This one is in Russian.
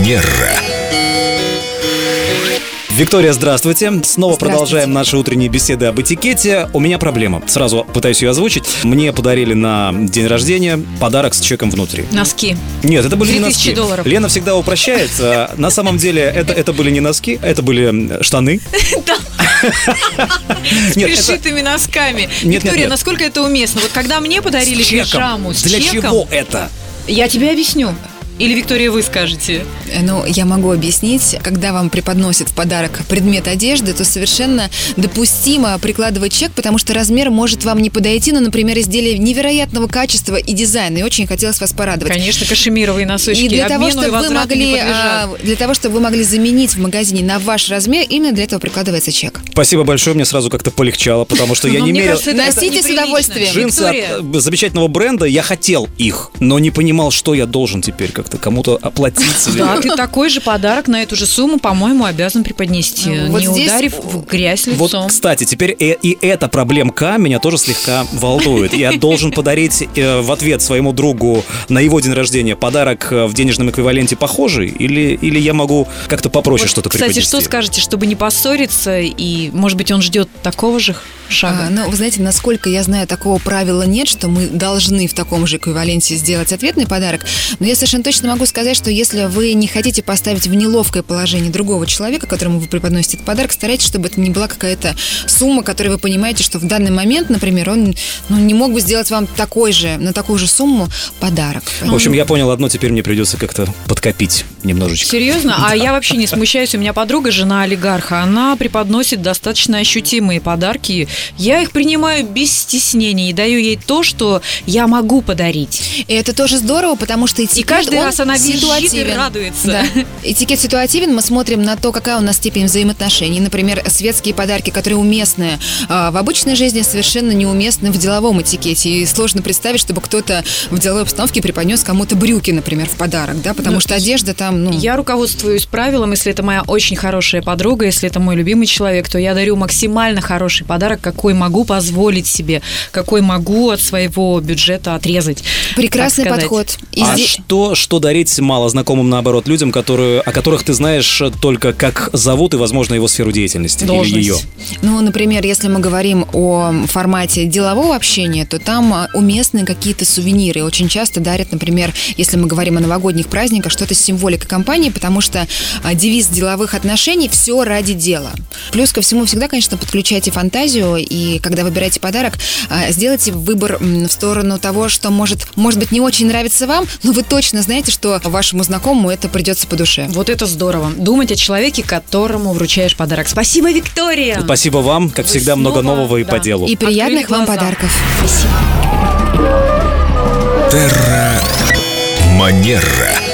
Манера. Виктория, здравствуйте. Снова продолжаем наши утренние беседы об этикете. У меня проблема. Сразу пытаюсь ее озвучить. Мне подарили на день рождения подарок с чеком внутри. Носки. Нет, это были не носки. $3000. Лена всегда упрощает. На самом деле это были не носки, это были штаны. С пришитыми носками. Виктория, насколько это уместно? Вот когда мне подарили пижаму с чеком... Для чего это? Я тебе объясню. Или, Виктория, вы скажете? Ну, я могу объяснить. Когда вам преподносят в подарок предмет одежды, то совершенно допустимо прикладывать чек, потому что размер может вам не подойти. Ну, например, изделие невероятного качества и дизайна, и очень хотелось вас порадовать. Конечно, кашемировые носочки. И для того, чтобы вы могли заменить в магазине на ваш размер, именно для этого прикладывается чек. Спасибо большое, мне сразу как-то полегчало, потому что я не мерил... Носите с удовольствием. Джинсы от замечательного бренда, я хотел их, но не понимал, что я должен теперь как-то кому-то оплатить. Да, ты такой же подарок на эту же сумму, по-моему, обязан преподнести, вот не здесь... ударив в грязь лицом. Вот, кстати, теперь и эта проблемка меня тоже слегка волнует. Я должен подарить в ответ своему другу на его день рождения подарок в денежном эквиваленте похожий, или я могу как-то попроще что-то преподнести? Кстати, что скажете, чтобы не поссориться, и, может быть, он ждет такого же шага? Ну, вы знаете, насколько я знаю, такого правила нет, что мы должны в таком же эквиваленте сделать ответный подарок. Но я совершенно точно могу сказать, что если вы не хотите поставить в неловкое положение другого человека, которому вы преподносите этот подарок, старайтесь, чтобы это не была какая-то сумма, которой вы понимаете, что в данный момент, например, он не мог бы сделать вам на такую же сумму подарок. В общем, я понял одно, теперь мне придется как-то подкопить немножечко. Серьезно? А я вообще не смущаюсь. У меня подруга, жена олигарха, она преподносит достаточно ощутимые подарки. Я их принимаю без стеснения и даю ей то, что я могу подарить. И это тоже здорово, потому что этикет, и каждый раз она визжит и радуется. Да. Этикет ситуативен, мы смотрим на то, какая у нас степень взаимоотношений. Например, светские подарки, которые уместны в обычной жизни, совершенно неуместны в деловом этикете. И сложно представить, чтобы кто-то в деловой обстановке преподнес кому-то брюки, например, в подарок, да, потому что одежда там, Я руководствуюсь правилом, если это моя очень хорошая подруга, если это мой любимый человек, то я дарю максимально хороший подарок, какой могу позволить себе, какой могу от своего бюджета отрезать. Прекрасный подход. Что дарить малознакомым, наоборот, людям, о которых ты знаешь только как зовут и, возможно, его сферу деятельности или ее? Ну, например, если мы говорим о формате делового общения, то там уместны какие-то сувениры. Очень часто дарят, например, если мы говорим о новогодних праздниках, что-то с символикой компании, потому что девиз деловых отношений «все ради дела». Плюс ко всему всегда, конечно, подключайте фантазию, и когда выбираете подарок, сделайте выбор в сторону того, что может быть не очень нравится вам, но вы точно знаете, что вашему знакомому это придется по душе. Вот это здорово. Думать о человеке, которому вручаешь подарок. Спасибо, Виктория! Спасибо вам, как всегда, много нового и по делу. И приятных вам подарков. Спасибо. Терра Манера.